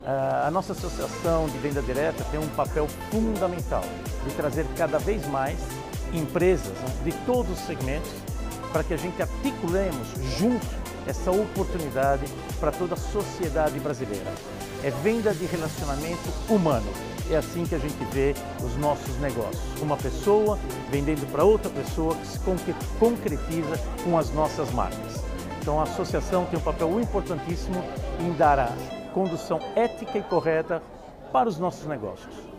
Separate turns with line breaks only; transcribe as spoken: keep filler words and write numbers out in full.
A nossa associação de venda direta tem um papel fundamental de trazer cada vez mais empresas, né, de todos os segmentos para que a gente articulemos junto essa oportunidade para toda a sociedade brasileira. É venda de relacionamento humano. É assim que a gente vê os nossos negócios. Uma pessoa vendendo para outra pessoa que se concretiza com as nossas marcas. Então a associação tem um papel importantíssimo em dar a condução ética e correta para os nossos negócios.